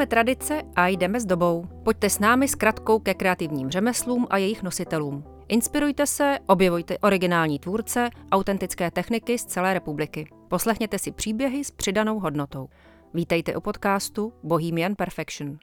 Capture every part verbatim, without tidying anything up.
Známe tradice a jdeme s dobou. Pojďte s námi s kratkou ke kreativním řemeslům a jejich nositelům. Inspirujte se, objevujte originální tvůrce, autentické techniky z celé republiky. Poslechněte si příběhy s přidanou hodnotou. Vítejte u podcastu Bohemian Perfection.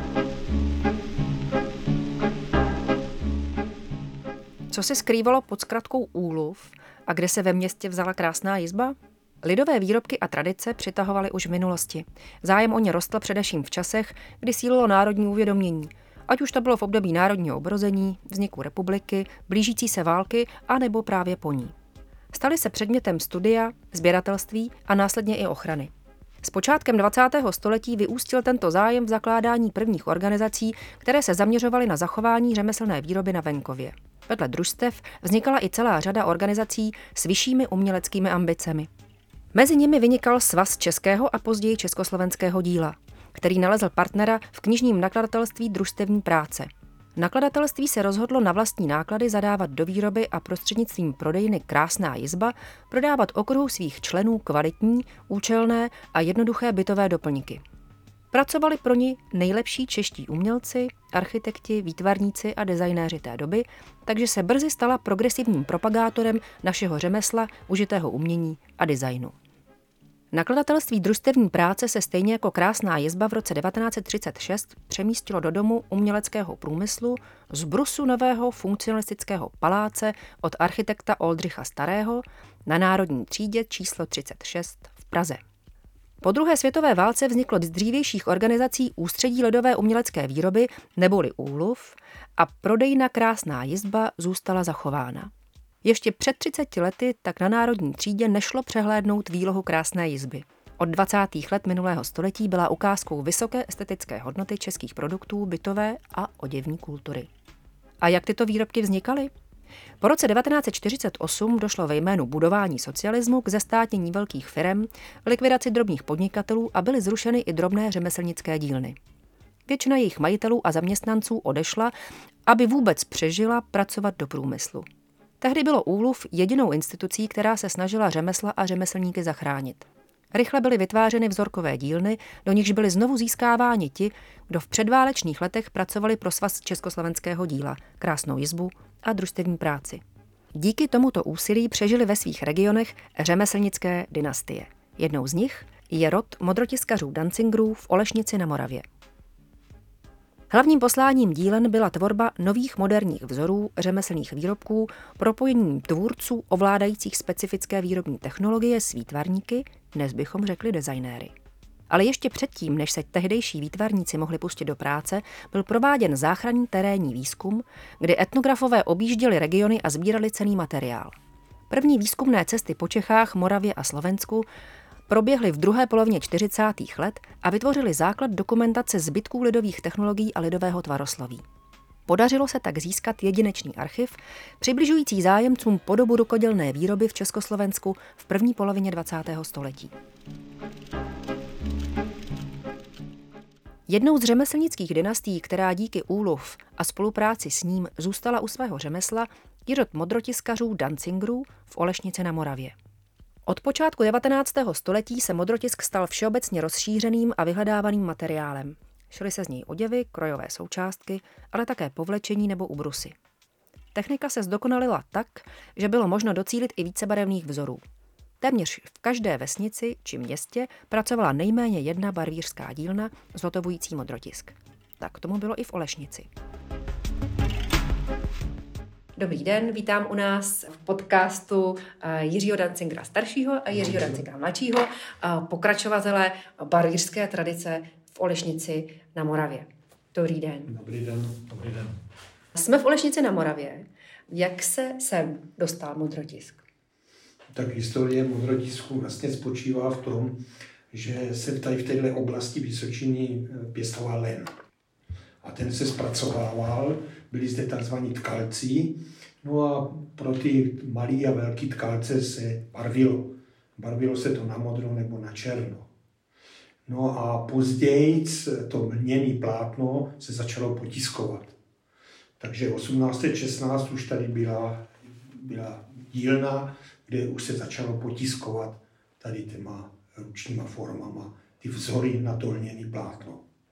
Co se skrývalo pod zkratkou úluv a kde se ve městě vzala krásná jizba? Lidové výrobky a tradice přitahovaly už v minulosti. Zájem o ně rostl především v časech, kdy sílilo národní uvědomění. Ať už to bylo v období národního obrození, vzniku republiky, blížící se války a nebo právě po ní. Staly se předmětem studia, sběratelství a následně i ochrany. S počátkem dvacátého století vyústil tento zájem v zakládání prvních organizací, které se zaměřovaly na zachování řemeslné výroby na venkově. Vedle družstev vznikala i celá řada organizací s vyššími uměleckými ambicemi. Mezi nimi vynikal Svaz českého a později československého díla, který nalezl partnera v knižním nakladatelství Družstevní práce. Nakladatelství se rozhodlo na vlastní náklady zadávat do výroby a prostřednictvím prodejny Krásná jizba prodávat okruhu svých členů kvalitní, účelné a jednoduché bytové doplňky. Pracovali pro ni nejlepší čeští umělci, architekti, výtvarníci a designéři té doby, takže se brzy stala progresivním propagátorem našeho řemesla, užitého umění a designu. Nakladatelství Družstevní práce se stejně jako Krásná jizba v roce devatenáct set třicet šest přemístilo do domu uměleckého průmyslu z brusu nového funkcionalistického paláce od architekta Oldřicha Starého na Národní třídě číslo třicet šest v Praze. Po druhé světové válce vzniklo z dřívějších organizací Ústředí lidové umělecké výroby neboli Úluv a prodejna Krásná jizba zůstala zachována. Ještě před třiceti lety tak na Národní třídě nešlo přehlédnout výlohu Krásné jizby. Od dvacátých let minulého století byla ukázkou vysoké estetické hodnoty českých produktů, bytové a oděvní kultury. A jak tyto výrobky vznikaly? Po roce devatenáct set čtyřicet osm došlo ve jménu budování socialismu k zestátnění velkých firem, likvidaci drobných podnikatelů a byly zrušeny i drobné řemeslnické dílny. Většina jejich majitelů a zaměstnanců odešla, aby vůbec přežila pracovat do průmyslu. Tehdy bylo Úluv jedinou institucí, která se snažila řemesla a řemeslníky zachránit. Rychle byly vytvářeny vzorkové dílny, do nichž byli znovu získáváni ti, kdo v předválečných letech pracovali pro Svaz československého díla, Krásnou jizbu a Družstevní práci. Díky tomuto úsilí přežili ve svých regionech řemeslnické dynastie. Jednou z nich je rod modrotiskařů Dancingerů v Olešnici na Moravě. Hlavním posláním dílen byla tvorba nových moderních vzorů řemeslných výrobků propojením tvůrců ovládajících specifické výrobní technologie s výtvarníky, dnes bychom řekli designéry. Ale ještě předtím, než se tehdejší výtvarníci mohli pustit do práce, byl prováděn záchranný terénní výzkum, kdy etnografové objížděli regiony a sbírali cenný materiál. První výzkumné cesty po Čechách, Moravě a Slovensku proběhly v druhé polovině čtyřicátých let a vytvořili základ dokumentace zbytků lidových technologií a lidového tvarosloví. Podařilo se tak získat jedinečný archiv, přibližující zájemcům podobu rukodělné výroby v Československu v první polovině dvacátého století. Jednou z řemeslnických dynastií, která díky Úluv a spolupráci s ním zůstala u svého řemesla, je rod modrotiskařů Dancingerů v Olešnici na Moravě. Od počátku devatenáctého století se modrotisk stal všeobecně rozšířeným a vyhledávaným materiálem. Šily se z něj oděvy, krojové součástky, ale také povlečení nebo ubrusy. Technika se zdokonalila tak, že bylo možno docílit i vícebarevných vzorů. Téměř v každé vesnici či městě pracovala nejméně jedna barvířská dílna zhotovující modrotisk. Tak tomu bylo i v Olešnici. Dobrý den, vítám u nás v podcastu Jiřího Dancingera staršího a Jiřího Dancingera mladšího, pokračovatele barvířské tradice v Olešnici na Moravě. Dobrý den. Dobrý den, dobrý den. Jsme v Olešnici na Moravě. Jak se sem dostal modrotisk? Tak historie modrotisku vlastně spočívá v tom, že se tady v této oblasti Vysočiny pěstoval len. A ten se zpracovával, byli zde tzv. Tkalci, no a pro ty malý a velký tkalce se barvilo. Barvilo se to na modro nebo na černo. No a později to lněné plátno se začalo potiskovat. Takže osmnáct set šestnáct už tady byla, byla dílna, kde už se začalo potiskovat tady těma ručníma formama, ty vzory na to lněné plátno.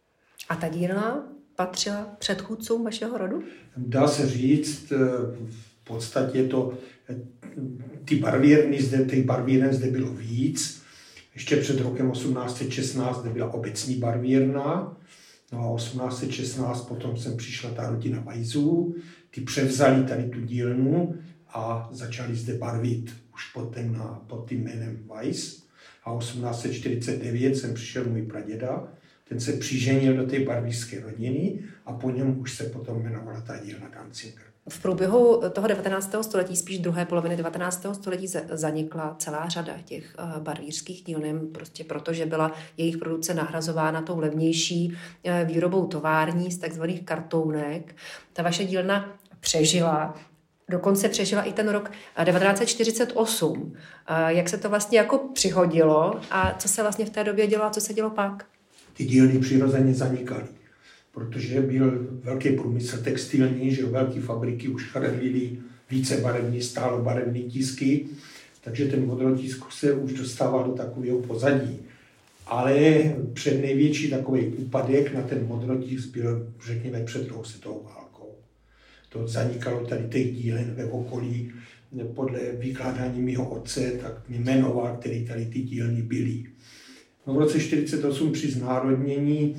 A ta dílna patřila předchůdcům vašeho rodu? Dá se říct, v podstatě to, ty barvírny zde, těch barvíren zde bylo víc. Ještě před rokem osmnáct set šestnáct zde byla obecní barvírna. No a osmnáct set šestnáct potom sem přišla ta rodina Weissů. Ty převzali tady tu dílnu a začali zde barvit už pod tím, pod tím jménem Weiss. A osmnáct set čtyřicet devět sem přišel můj praděda. Ten se přiženil do té barvířské rodiny a po něm už se potom jmenovala ta dílna Danziger. V průběhu toho devatenáctého století, spíš druhé poloviny devatenáctého století, zanikla celá řada těch barvířských dílny, prostě proto, že byla jejich produkce nahrazována tou levnější výrobou tovární z takzvaných kartounek. Ta vaše dílna přežila. Dokonce přežila i ten rok devatenáct set čtyřicet osm. Jak se to vlastně jako přihodilo a co se vlastně v té době dělo a co se dělo pak? Ty dílny přirozeně zanikaly, protože byl velký průmysl textilní, že velké fabriky už chrlily více barevní, stálobarevné tisky, takže ten modrotisk se už dostával do takového pozadí. Ale před největší takový úpadek na ten modrotisk byl, řekněme, před druhou světovou válkou. To zanikalo tady těch dílen ve okolí, podle vykládání mého otce, tak mi jmenoval, který tady ty dílny byly. No v roce čtyřicet osm při znárodnění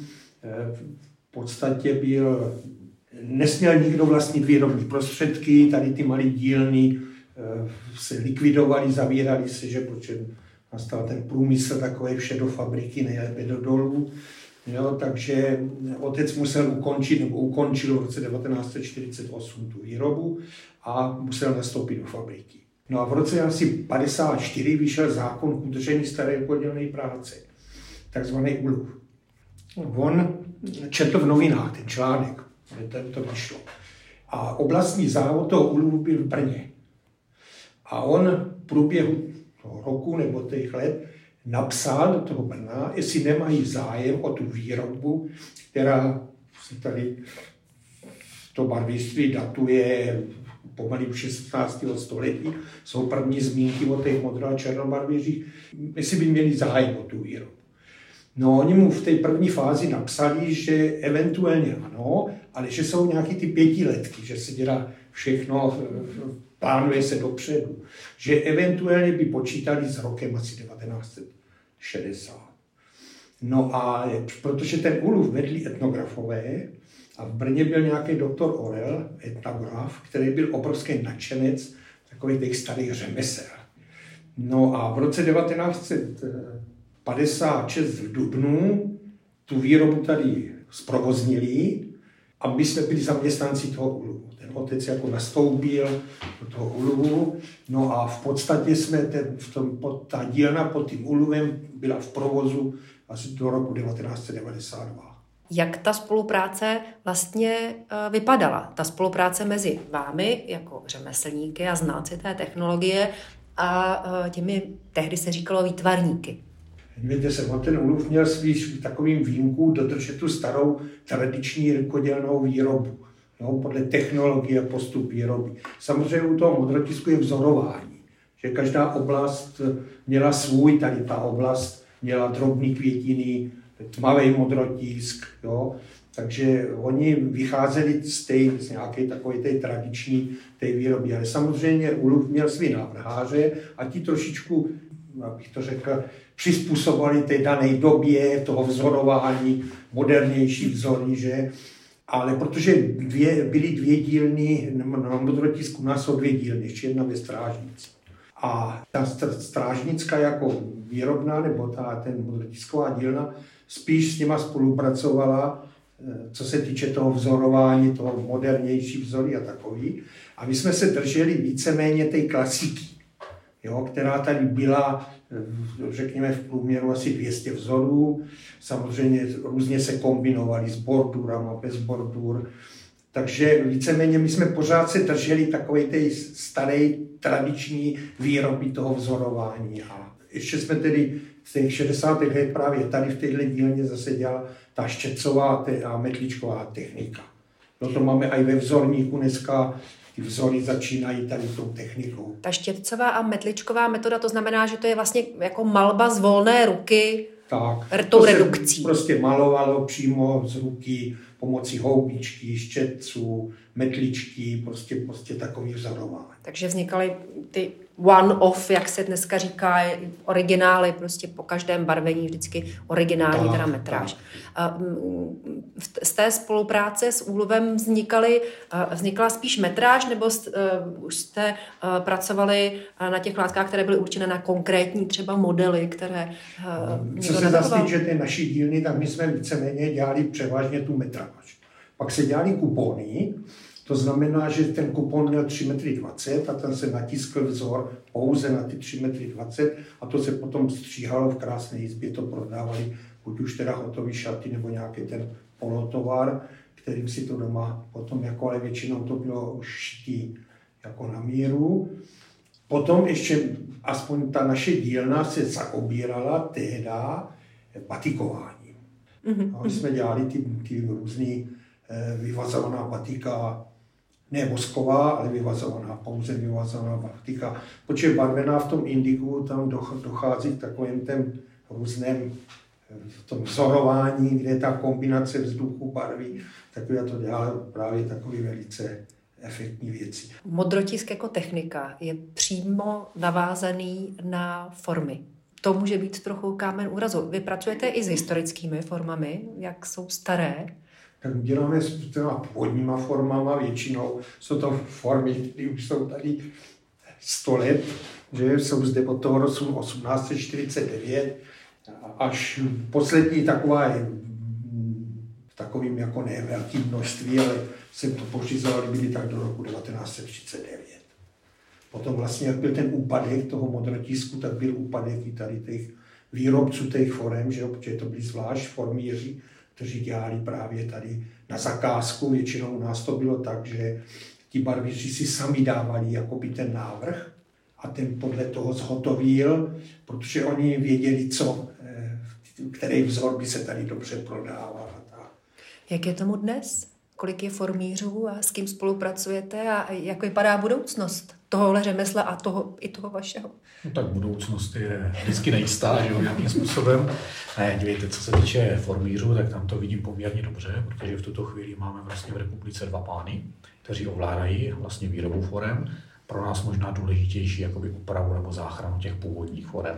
v podstatě byl, nesměl nikdo vlastnit výrobní prostředky, tady ty malé dílny se likvidovaly, zavíraly se, že protože nastal ten průmysl takový vše do fabriky, nejlépe do dolů. Jo, takže otec musel ukončit, nebo ukončil v roce devatenáct set čtyřicet osm tu výrobu a musel nastoupit do fabriky. No a v roce asi padesát čtyři vyšel zákon k udržení staré rukodělné práce, takzvaný úluv. On četl v novinách ten článek, kde to vyšlo. A oblastní závod toho úluvu byl v Brně. A on v průběhu toho roku nebo těch let napsal do toho Brna, jestli nemají zájem o tu výrobu, která se tady to barviství datuje pomalu už šestnáctého století. Jsou první zmínky o těch modro- a černobarvěřích, jestli by měli zájem o tu výrobu. No, oni mu v té první fázi napsali, že eventuálně ano, ale že jsou nějaký ty pětiletky, že se dělá všechno, plánuje se dopředu. Že eventuálně by počítali s rokem asi devatenáct set šedesát. No a protože ten úluv vedli etnografové a v Brně byl nějaký doktor Orel, etnograf, který byl obrovský nadšenec takových těch starých řemesel. No a v roce devatenáct set padesát šest v dubnu tu výrobu tady zprovoznili a my jsme byli zaměstnanci toho úluvu. Ten otec jako nastoupil do toho úluvu, no a v podstatě jsme ten, v tom, pod, ta dílna pod tím úluvem byla v provozu asi do roku devatenáct set devadesát dva. Jak ta spolupráce vlastně vypadala? Ta spolupráce mezi vámi jako řemeslníky a znalci té technologie a těmi, tehdy se říkalo, výtvarníky. Víte se, on ten úluv měl spíš takovým výjimku dodržet tu starou tradiční rukodělnou výrobu, jo, podle technologie a postup výroby. Samozřejmě u toho modrotisku je vzorování, že každá oblast měla svůj, tady ta oblast měla drobný květiny, tmavý modrotisk, jo. Takže oni vycházeli z, té, z nějaké takové té tradiční té výroby. Ale samozřejmě úluv měl svý návrháře a ti trošičku, abych to řekl, přizpůsobili té dané době toho vzorování, modernější vzory, že? Ale protože dvě, byly dvě dílny, na modrotisku u nás jsou dvě dílny, ještě jedna ve Strážnici. A ta strážnická jako výrobná, nebo ta ten modrotisková dílna, spíš s nima spolupracovala, co se týče toho vzorování, toho modernější vzory a takový. A my jsme se drželi víceméně té klasiky, jo, která tady byla, řekněme, v průměru asi dvě stě vzorů. Samozřejmě různě se kombinovaly s bordurama, bez bordur. Takže víceméně my jsme pořád se drželi takové té staré tradiční výroby toho vzorování. A ještě jsme tedy z těch šedesátých let právě tady v téhle dílně zase dělala ta štětcová a metličková technika. No to máme i ve vzorníku dneska, ty vzory začínají tady tou technikou. Ta štětcová a metličková metoda, to znamená, že to je vlastně jako malba z volné ruky tak. Tou To redukcí. se prostě malovalo přímo z ruky pomocí houbičky, štětců, metličky, prostě, prostě takový vzorování. Takže vznikaly ty one-off, jak se dneska říká, originály, prostě po každém barvení vždycky originální tak, teda metráž. Tak. Z té spolupráce s úlovem vznikaly, vznikla spíš metráž, nebo už jste pracovali na těch látkách, které byly určené na konkrétní třeba modely, které Co se zase týče té naší dílny, tak my jsme víceméně dělali převážně tu metráž. Pak se dělali kupony. To znamená, že ten kupon měl tři metry dvacet a ten se natiskl vzor pouze na ty tři metry dvacet a to se potom stříhalo v krásné jizbě, to prodávali buď už teda hotový šaty nebo nějaký ten polotovar, kterým si to doma potom, jako, ale většinou to bylo už šitý jako na míru. Potom ještě aspoň ta naše dílna se zaobírala tehda batikováním. Mm-hmm. No, my jsme dělali ty, ty různý vyvazovaná batika, ne vosková, ale vyvazovaná, pouze vyvazovaná batika. Protože barvená v tom indigu tam dochází k takovém těm různém v tom vzorování, kde je ta kombinace vzduchu, barvy, takové to dělá právě takové velice efektní věci. Modrotisk jako technika je přímo navázaný na formy. To může být trochu kámen úrazu. Vy pracujete i s historickými formami, jak jsou staré? Tak děláme s těma původníma formama, většinou jsou to formy, které už jsou tady sto let, že jsou zde od toho roku osmnáct set čtyřicet devět, až poslední taková je v takovým jako ne velkým množství, ale jsem to pořizovali, byli tak do roku devatenáct set třicet devět. Potom vlastně, jak byl ten úpadek toho modrotisku, tak byl úpadek i tady těch výrobců těch forem, že jo, protože to byly zvlášť formíři, kteří dělali právě tady na zakázku. Většinou u nás to bylo tak, že ti barvíři si sami dávali jakoby ten návrh a ten podle toho zhotovil, protože oni věděli, co, který vzor by se tady dobře prodával. Jak je tomu dnes? Kolik je formířů a s kým spolupracujete a jak vypadá budoucnost tohohle řemesla a toho, i toho vašeho? No tak budoucnost je vždycky nejistá, že jo, nějakým způsobem. Ne, dívejte, co se týče formířů, tak tam to vidím poměrně dobře, protože v tuto chvíli máme vlastně v republice dva pány, kteří ovládají vlastně výrobu forem. Pro nás možná důležitější jakoby úpravu nebo záchranu těch původních forem.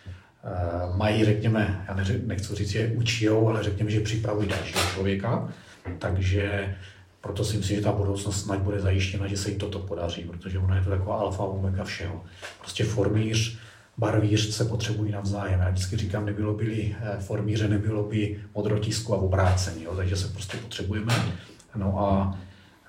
E, mají, řekněme, já neřek, nechci říct, že učijou, ale řekněme, že připravují dalšího člověka, takže proto si myslím, že ta budoucnost snad bude zajištěna, že se jim toto podaří, protože ono je to taková alfa omega všeho. Prostě formíř, barvíř se potřebují navzájem. Já vždycky říkám, nebylo by formíře, nebylo by modrotisku a obrácení, jo? Takže se prostě potřebujeme. No a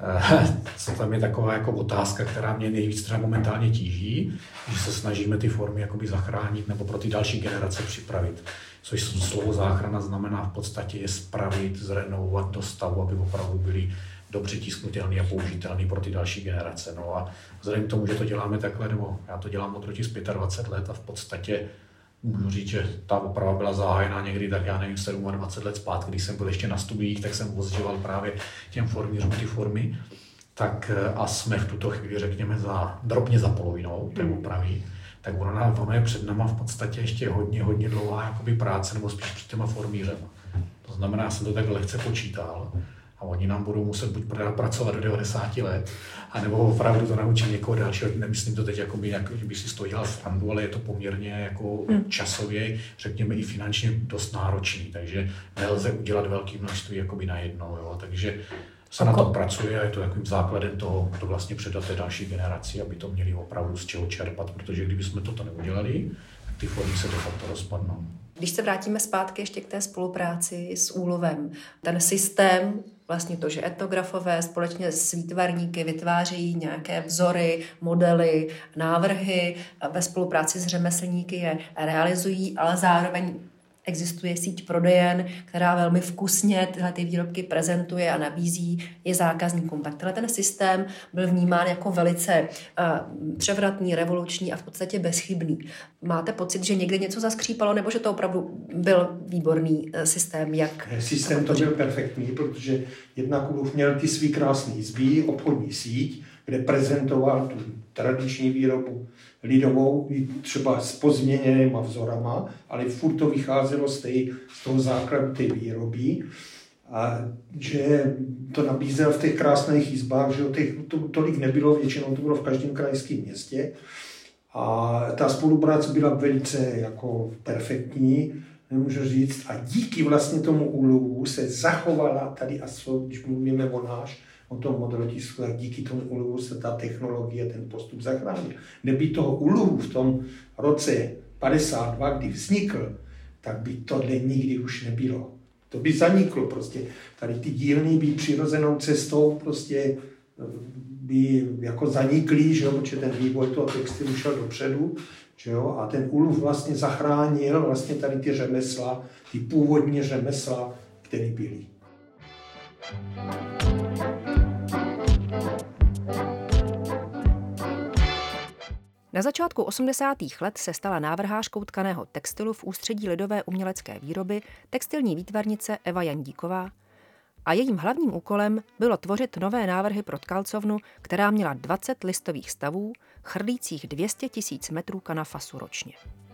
co tam je taková jako otázka, která mě nejvíc třeba momentálně tíží, že se snažíme ty formy jakoby zachránit nebo pro ty další generace připravit. Což slovo záchrana znamená v podstatě je spravit, zrenovovat do stavu, aby opravdu byly dobře tisknutelný a použitelný pro ty další generace. No a vzhledem k tomu, že to děláme takhle, nebo já to dělám modrotisk dvacet pět let a v podstatě můžu říct, že ta oprava byla zahájena někdy, tak já nevím, dvacet sedm let zpátky, když jsem byl ještě na studiích, tak jsem ozděval právě těm formířům ty formy. Tak a jsme v tuto chvíli, řekněme, za, drobně za polovinou té opravy. Tak ono, ono je před náma v podstatě ještě hodně, hodně dlouhá jakoby práce, nebo spíš před těma formířema. To znamená, já jsem to tak lehce počítal a oni nám budou muset buď pracovat do devadesáti let, anebo opravdu to naučit někoho dalšího. Nemyslím to teď, jako by, jak by si z toho dělal srandu, ale je to poměrně jako hmm. časově, řekněme i finančně dost náročný, takže nelze udělat velké množství jakoby najednou. Jo. Takže se na tom pracuje a je to takovým základem toho, to vlastně předat té další generaci, aby to měli opravdu z čeho čerpat, protože kdybychom toto neudělali, tak ty formy se de facto rozpadnou. Když se vrátíme zpátky ještě k té spolupráci s úlovem, ten systém, vlastně to, že etnografové společně s výtvarníky vytvářejí nějaké vzory, modely, návrhy, ve spolupráci s řemeslníky je realizují, ale zároveň existuje síť prodejen, která velmi vkusně tyhle ty výrobky prezentuje a nabízí je zákazníkům. Tak tenhle ten systém byl vnímán jako velice uh, převratný, revoluční a v podstatě bezchybný. Máte pocit, že někde něco zaskřípalo, nebo že to opravdu byl výborný uh, systém? Jak systém to byl perfektní, protože jednak Úlov měl ty svý krásný zbí, obchodní síť, kde prezentoval tu tradiční výrobu lidovou, třeba s pozměněnýma vzorama, ale furt to vycházelo z, tej, z toho základu té výroby. A že to nabízel v těch krásných izbách, že těch to, tolik nebylo, většinou to bylo v každém krajském městě. A ta spolupráce byla velice jako perfektní, nemůžu říct. A díky vlastně tomu úlovu se zachovala tady, a když mluvíme o náš, o tom modrotisku, tak díky tomu úlovu se ta technologie, ten postup zachránil. Kdyby toho úlovu v tom roce padesát dva, kdy vznikl, tak by tohle nikdy už nebylo. To by zaniklo prostě. Tady ty dílny by přirozenou cestou prostě by jako zanikly, že jo, protože ten vývoj toho textilu šel dopředu, že jo, a ten úlov vlastně zachránil vlastně tady ty řemesla, ty původní řemesla, které byly. Na začátku osmdesátých let se stala návrhářkou tkaného textilu v Ústředí lidové umělecké výroby textilní výtvarnice Eva Jandíková a jejím hlavním úkolem bylo tvořit nové návrhy pro tkalcovnu, která měla dvacet listových stavů, chrlících dvě stě tisíc metrů kanafasu ročně.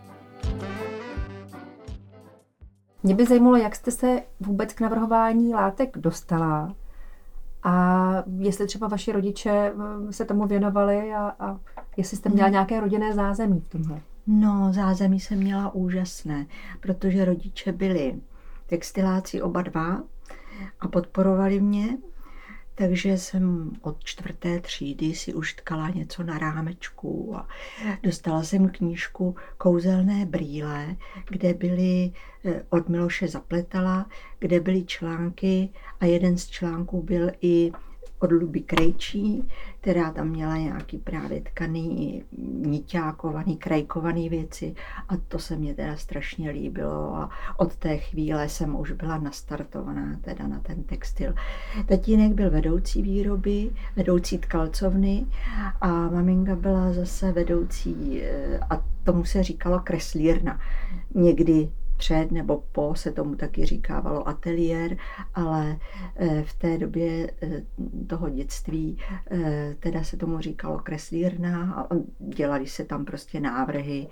Mě by zajímalo, jak jste se vůbec k navrhování látek dostala a jestli třeba vaši rodiče se tomu věnovali a, a jestli jste měla nějaké rodinné zázemí v tomhle. No, zázemí jsem měla úžasné, protože rodiče byli textiláci oba dva a podporovali mě, takže jsem od čtvrté třídy si už tkala něco na rámečku a dostala jsem knížku Kouzelné brýle, kde byly od Miloše Zapletala, kde byly články a jeden z článků byl i od Luby Krejčí, která tam měla nějaký právě tkaný, niťákovaný, krajkovaný věci a to se mě teda strašně líbilo a od té chvíle jsem už byla nastartovaná teda na ten textil. Tatínek byl vedoucí výroby, vedoucí tkalcovny a maminka byla zase vedoucí, a tomu se říkalo kreslírna. Někdy před nebo po se tomu taky říkávalo ateliér, ale v té době toho dětství teda se tomu říkalo kreslírna a dělali se tam prostě návrhy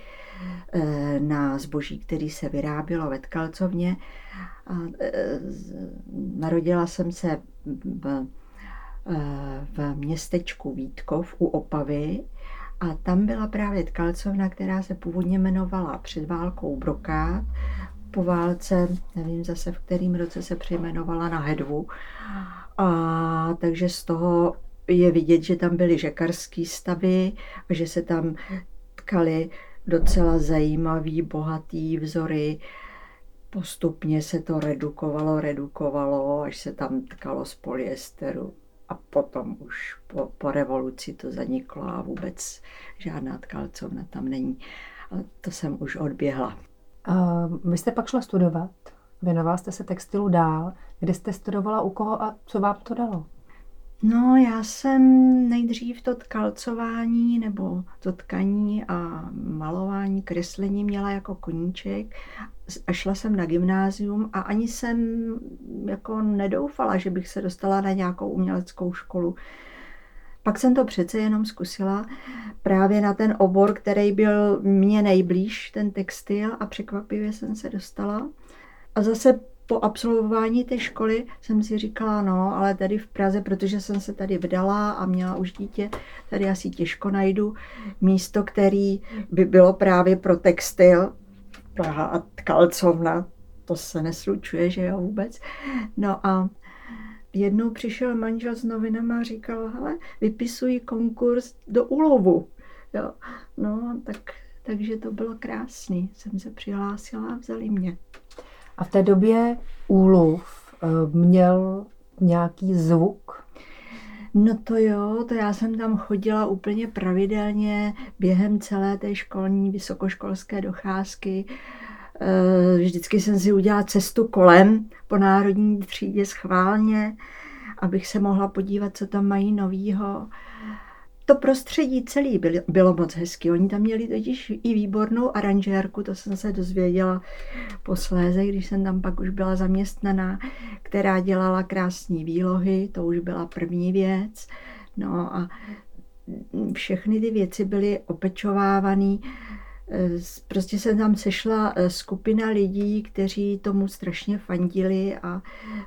na zboží, který se vyrábělo ve tkalcovně. A narodila jsem se v, v městečku Vítkov u Opavy a tam byla právě tkalcovna, která se původně jmenovala před válkou Brokát. Po válce, nevím zase v kterém roce se přejmenovala na Hedvu. A takže z toho je vidět, že tam byly žekarský stavy a že se tam tkaly docela zajímavý, bohatý vzory. Postupně se to redukovalo, redukovalo, až se tam tkalo z polyesteru. A potom už po, po revoluci to zaniklo a vůbec žádná tkalcovna tam není. A to jsem už odběhla. A vy jste pak šla studovat, věnovala jste se textilu dál. Kde jste studovala, u koho a co vám to dalo? No, já jsem nejdřív to tkalcování nebo to tkaní a malování, kreslení měla jako koníček a šla jsem na gymnázium a ani jsem jako nedoufala, že bych se dostala na nějakou uměleckou školu. Pak jsem to přece jenom zkusila právě na ten obor, který byl mně nejblíž, ten textil, a překvapivě jsem se dostala. A zase po absolvování té školy jsem si říkala, no, ale tady v Praze, protože jsem se tady vdala a měla už dítě, tady asi těžko najdu místo, který by bylo právě pro textil. Praha a tkalcovna, to se neslučuje, že jo, vůbec. No a jednou přišel manžel s novinama a říkal, hele, vypisují konkurs do úlovu. Jo. No, tak, takže to bylo krásný. Jsem se přihlásila a vzali mě. A v té době úlov měl nějaký zvuk? No to jo, to já jsem tam chodila úplně pravidelně během celé té školní vysokoškolské docházky. Vždycky jsem si udělala cestu kolem po národní třídě schválně, abych se mohla podívat, co tam mají novýho. To prostředí celé bylo, bylo moc hezky. Oni tam měli totiž i výbornou aranžérku, to jsem se dozvěděla posléze, když jsem tam pak už byla zaměstnaná, která dělala krásné výlohy, to už byla první věc. No a všechny ty věci byly opečovávané. Prostě se tam sešla skupina lidí, kteří tomu strašně fandili a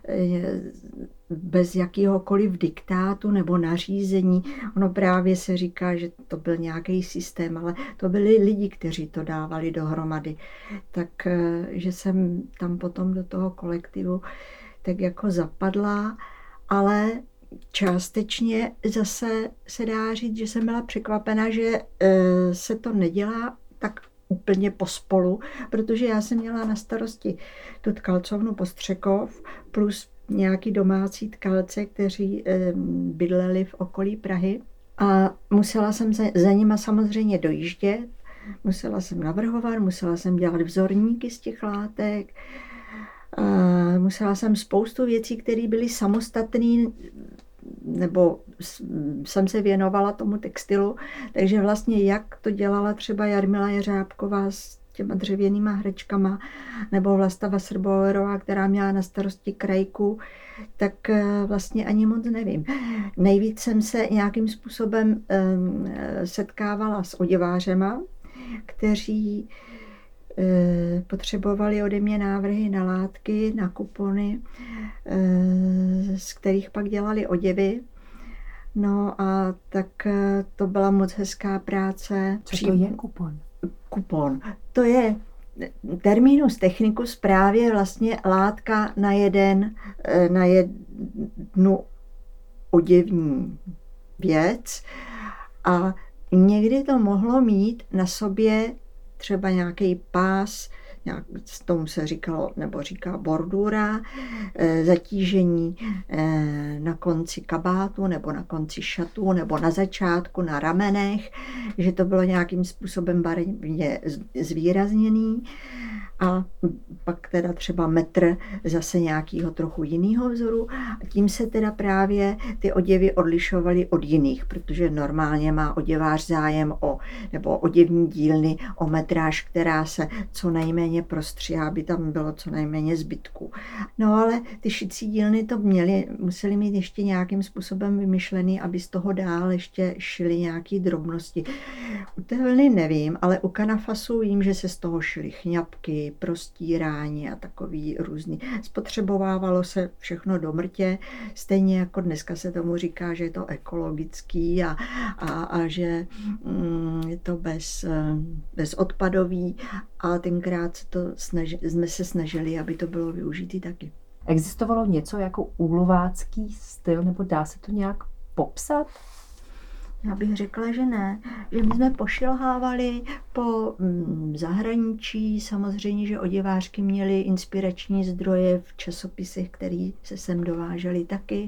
bez jakýhokoliv diktátu nebo nařízení. Ono právě se říká, že to byl nějaký systém, ale to byli lidi, kteří to dávali dohromady. Takže jsem tam potom do toho kolektivu tak jako zapadla, ale částečně zase se dá říct, že jsem byla překvapena, že se to nedělá tak úplně pospolu, protože já jsem měla na starosti tu tkalcovnu Postřekov plus nějaký domácí tkalce, kteří bydleli v okolí Prahy a musela jsem za, za nima samozřejmě dojíždět, musela jsem navrhovat, musela jsem dělat vzorníky z těch látek, a musela jsem spoustu věcí, které byly samostatné, nebo jsem se věnovala tomu textilu, takže vlastně jak to dělala třeba Jarmila Jeřábková s těma dřevěnýma hračkama, nebo Vlasta Wasserbauerová, která měla na starosti krajku, tak vlastně ani moc nevím. Nejvíc jsem se nějakým způsobem setkávala s oděvářema, kteří potřebovali ode mě návrhy na látky, na kupony, z kterých pak dělali oděvy. No a tak to byla moc hezká práce. Co to je kupon? Kupon. To je terminus technicus právě vlastně látka na jeden, na jednu oděvní věc a někdy to mohlo mít na sobě třeba nějaký pás, nějak, tomu se říkalo, nebo říká bordura, e, zatížení e, na konci kabátu, nebo na konci šatů, nebo na začátku na ramenech, že to bylo nějakým způsobem barevně zvýrazněný. A pak teda třeba metr zase nějakého trochu jiného vzoru. A tím se teda právě ty oděvy odlišovaly od jiných, protože normálně má oděvář zájem o, nebo oděvní dílny o metráž, která se co nejméně prostříhá, aby tam bylo co nejméně zbytků. No ale ty šicí dílny to měly, museli mít ještě nějakým způsobem vymyšlený, aby z toho dál ještě šily nějaké drobnosti. U té vlny nevím, ale u kanafasu vím, že se z toho šily chňapky, prostírání a takový různý. Spotřebovávalo se všechno do mrtě, stejně jako dneska se tomu říká, že je to ekologický a, a, a že mm, je to bez, bezodpadový a tenkrát se to snaži, jsme se snažili, aby to bylo využitý taky. Existovalo něco jako úlovácký styl, nebo dá se to nějak popsat? Já bych řekla, že ne. Že my jsme pošilhávali po mm, zahraničí, samozřejmě, že oděvářky měly inspirační zdroje v časopisech, které se sem dovážely taky.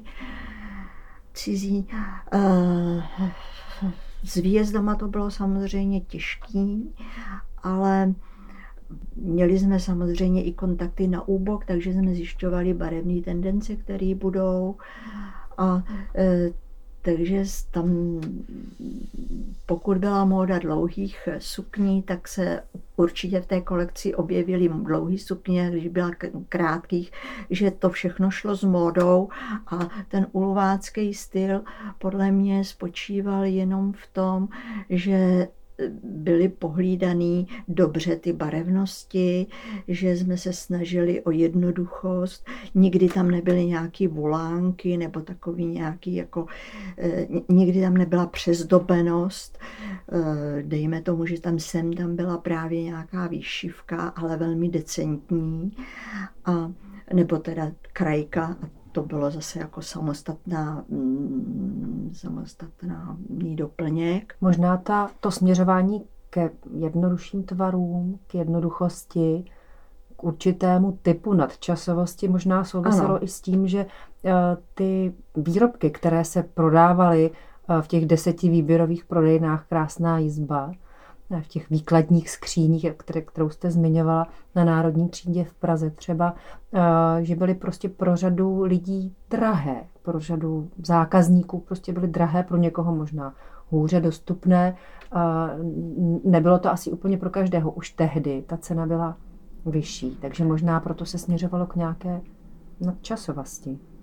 Cizí. Uh, s výjezdama to bylo samozřejmě těžký, ale měli jsme samozřejmě i kontakty na úbok, takže jsme zjišťovali barevné tendence, které budou. A uh, Takže tam, pokud byla móda dlouhých sukní, tak se určitě v té kolekci objevily dlouhé sukně, když byla krátkých, že to všechno šlo s módou a ten ulvácký styl podle mě spočíval jenom v tom, že byly pohlídaný dobře ty barevnosti, že jsme se snažili o jednoduchost, nikdy tam nebyly nějaký volánky nebo takový nějaký jako, nikdy tam nebyla přezdobenost, dejme tomu, že tam sem tam byla právě nějaká výšivka, ale velmi decentní, a nebo teda krajka, a to bylo zase jako samostatná, mm, samostatná doplněk. Možná ta, to směřování ke jednodušším tvarům, k jednoduchosti, k určitému typu nadčasovosti možná souviselo ano. i s tím, že uh, ty výrobky, které se prodávaly uh, v těch deseti výběrových prodejnách Krásná jizba, v těch výkladních skříních, které, kterou jste zmiňovala na Národní třídě v Praze třeba, že byly prostě pro řadu lidí drahé, pro řadu zákazníků prostě byly drahé, pro někoho možná hůře dostupné. Nebylo to asi úplně pro každého. Už tehdy ta cena byla vyšší, takže možná proto se směřovalo k nějaké nadčasovosti.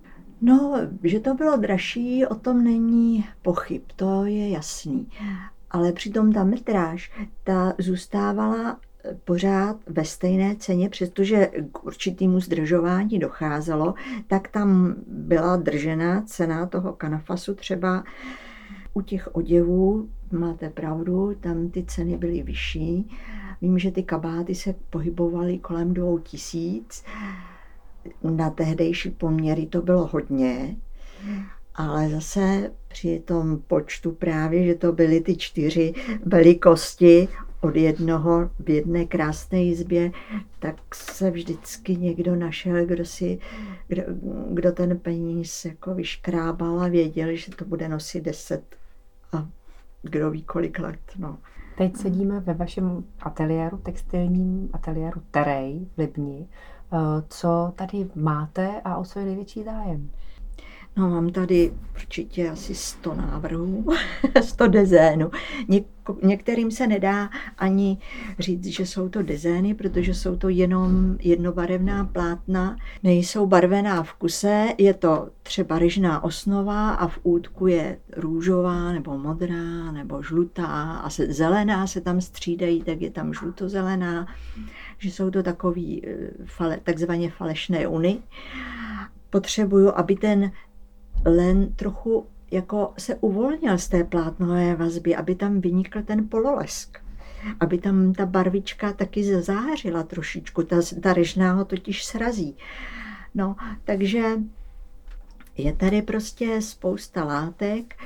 No, že to bylo dražší, o tom není pochyb, to je jasný. Ale přitom ta metráž, ta zůstávala pořád ve stejné ceně, přestože k určitému zdržování docházelo, tak tam byla držená cena toho kanafasu. Třeba u těch oděvů, máte pravdu, tam ty ceny byly vyšší. Vím, že ty kabáty se pohybovaly kolem dvou tisíc. Na tehdejší poměry to bylo hodně, ale zase při tom počtu právě, že to byly ty čtyři velikosti od jednoho v jedné krásné jizbě, tak se vždycky někdo našel, kdo, si, kdo, kdo ten peníz jako vyškrábal a věděl, že to bude nosit deset a kdo ví kolik let. No. Teď sedíme ve vašem ateliéru, textilním ateliéru Terej v Libni. Co tady máte a o co je největší zájem? No, mám tady určitě asi sto návrhů, sto dezénů. Něk- některým se nedá ani říct, že jsou to dezény, protože jsou to jenom jednobarevná plátna, nejsou barvená v kuse, je to třeba ryžná osnova a v útku je růžová nebo modrá nebo žlutá a se, zelená se tam střídají, tak je tam žlutozelená, že jsou to takový fale, takzvaně falešné uny. Potřebuju, aby ten len trochu jako se uvolnil z té plátnové vazby, aby tam vynikl ten pololesk, aby tam ta barvička taky zazářila trošičku, ta, ta ryžná ho totiž srazí. No, takže je tady prostě spousta látek,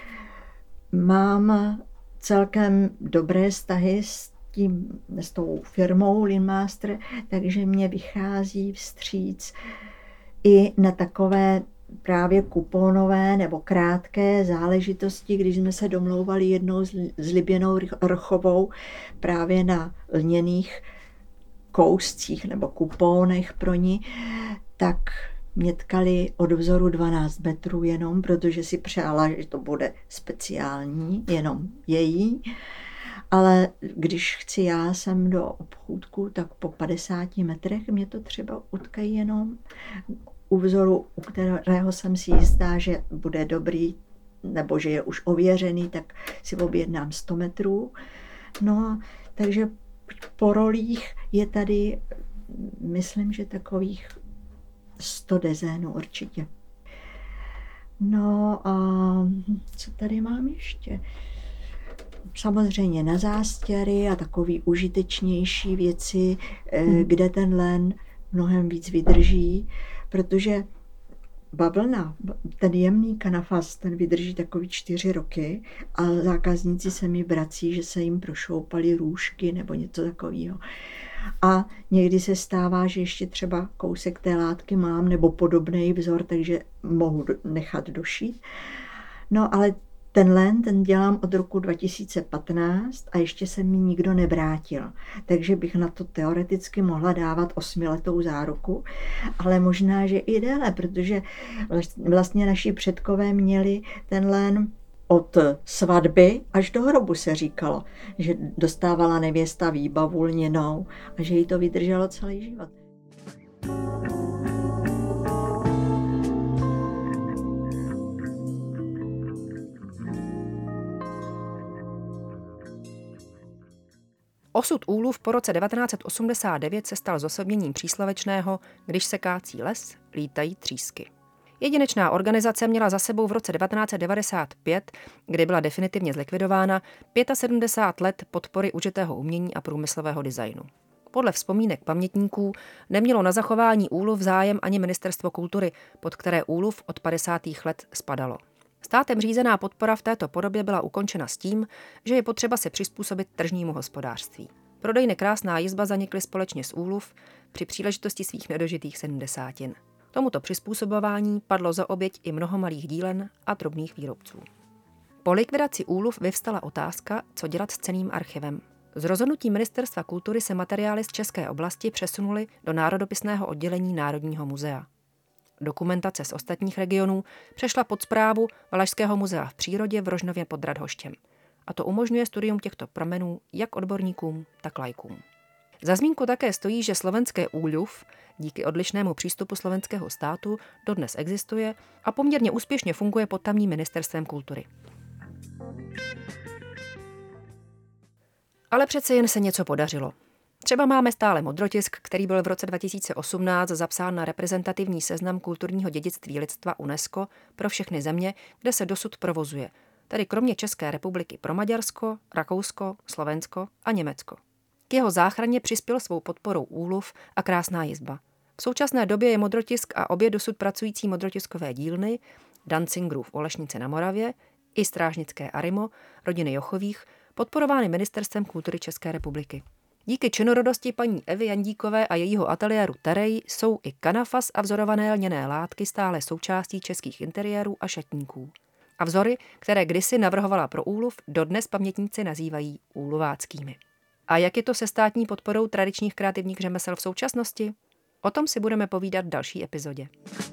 mám celkem dobré vztahy s tím, s tou firmou Linmaster, takže mě vychází vstříc i na takové právě kuponové nebo krátké záležitosti, když jsme se domlouvali jednou s Liběnou Rchovou právě na lněných kouscích nebo kuponech pro ní, tak mě tkali od vzoru dvanáct metrů jenom, protože si přála, že to bude speciální, jenom její. Ale když chci já sem do obchůdku, tak po padesáti metrech mě to třeba utkají jenom u vzoru, u kterého jsem si jistá, že bude dobrý, nebo že je už ověřený, tak si objednám sto metrů. No, takže po rolích je tady, myslím, že takových sto dezénů určitě. No a co tady mám ještě? Samozřejmě na zástěry a takový užitečnější věci, hmm. kde ten len mnohem víc vydrží, protože bavlna, ten jemný kanafas, ten vydrží takový čtyři roky a zákazníci se mi vrací, že se jim prošoupaly růžky nebo něco takového. A někdy se stává, že ještě třeba kousek té látky mám nebo podobný vzor, takže mohu nechat došít. No ale ten len, ten dělám od roku dva tisíce patnáct a ještě se mi nikdo nevrátil. Takže bych na to teoreticky mohla dávat osmiletou záruku, ale možná, že i déle, protože vlastně naši předkové měli ten len od svatby až do hrobu, se říkalo, že dostávala nevěsta výbavu lněnou a že jí to vydrželo celý život. Osud úlův po roce devatenáct set osmdesát devět se stal zosobněním příslovečného "když se kácí les, lítají třísky". Jedinečná organizace měla za sebou v roce devatenáct set devadesát pět, kdy byla definitivně zlikvidována, sedmdesát pět let podpory užitého umění a průmyslového designu. Podle vzpomínek pamětníků nemělo na zachování úluv zájem ani Ministerstvo kultury, pod které úluv od padesátých let spadalo. Státem řízená podpora v této podobě byla ukončena s tím, že je potřeba se přizpůsobit tržnímu hospodářství. Prodejny Krásná jizba zanikly společně s úluv při příležitosti svých nedožitých sedmdesátin. Tomuto přizpůsobování padlo za oběť i mnoho malých dílen a drobných výrobců. Po likvidaci úluv vyvstala otázka, co dělat s cenným archivem. Z rozhodnutí Ministerstva kultury se materiály z české oblasti přesunuly do národopisného oddělení Národního muzea. Dokumentace z ostatních regionů přešla pod správu Valašského muzea v přírodě v Rožnově pod Radhoštěm. A to umožňuje studium těchto pramenů jak odborníkům, tak laikům. Za zmínku také stojí, že slovenské úľuf díky odlišnému přístupu slovenského státu dodnes existuje a poměrně úspěšně funguje pod tamním ministerstvem kultury. Ale přece jen se něco podařilo. Třeba máme stále modrotisk, který byl v roce dva tisíce osmnáct zapsán na reprezentativní seznam kulturního dědictví lidstva UNESCO pro všechny země, kde se dosud provozuje, tedy kromě České republiky pro Maďarsko, Rakousko, Slovensko a Německo. K jeho záchraně přispěl svou podporou úluf a Krásná jizba. V současné době je modrotisk a obě dosud pracující modrotiskové dílny, Dancingrův Olešnice na Moravě i Strážnické Arimo, rodiny Jochových, podporovány Ministerstvem kultury České republiky. Díky činorodosti paní Evy Jandíkové a jejího ateliéru Tarej jsou i kanafas a vzorované lněné látky stále součástí českých interiérů a šatníků. A vzory, které kdysi navrhovala pro úluf, dodnes pamětníci nazývají úluváckými. A jak je to se státní podporou tradičních kreativních řemesel v současnosti? O tom si budeme povídat v další epizodě.